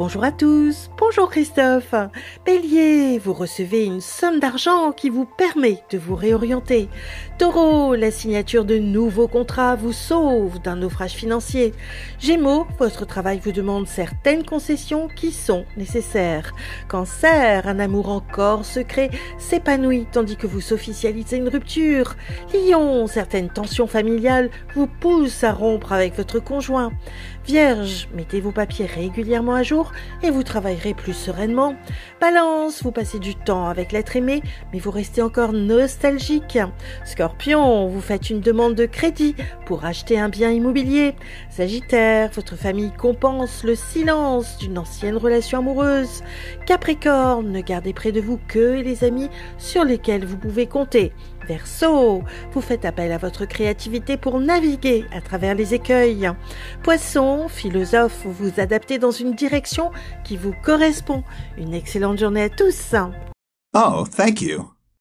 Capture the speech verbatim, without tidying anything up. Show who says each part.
Speaker 1: Bonjour à tous, bonjour Christophe. Bélier, vous recevez une somme d'argent qui vous permet de vous réorienter. Taureau, la signature de nouveaux contrats vous sauve d'un naufrage financier. Gémeaux, votre travail vous demande certaines concessions qui sont nécessaires. Cancer, un amour encore secret s'épanouit tandis que vous officialisez une rupture. Lion, certaines tensions familiales vous poussent à rompre avec votre conjoint. Vierge, mettez vos papiers régulièrement à jour et vous travaillerez plus sereinement. Balance, vous passez du temps avec l'être aimé, mais vous restez encore nostalgique. Scorpion, vous faites une demande de crédit pour acheter un bien immobilier. Sagittaire, votre famille compense le silence d'une ancienne relation amoureuse. Capricorne, ne gardez près de vous que les amis sur lesquels vous pouvez compter. Verseau, vous faites appel à votre créativité pour naviguer à travers les écueils. Poisson, philosophe, vous vous adaptez dans une direction qui vous correspond. Une excellente journée à tous.
Speaker 2: Oh, thank you.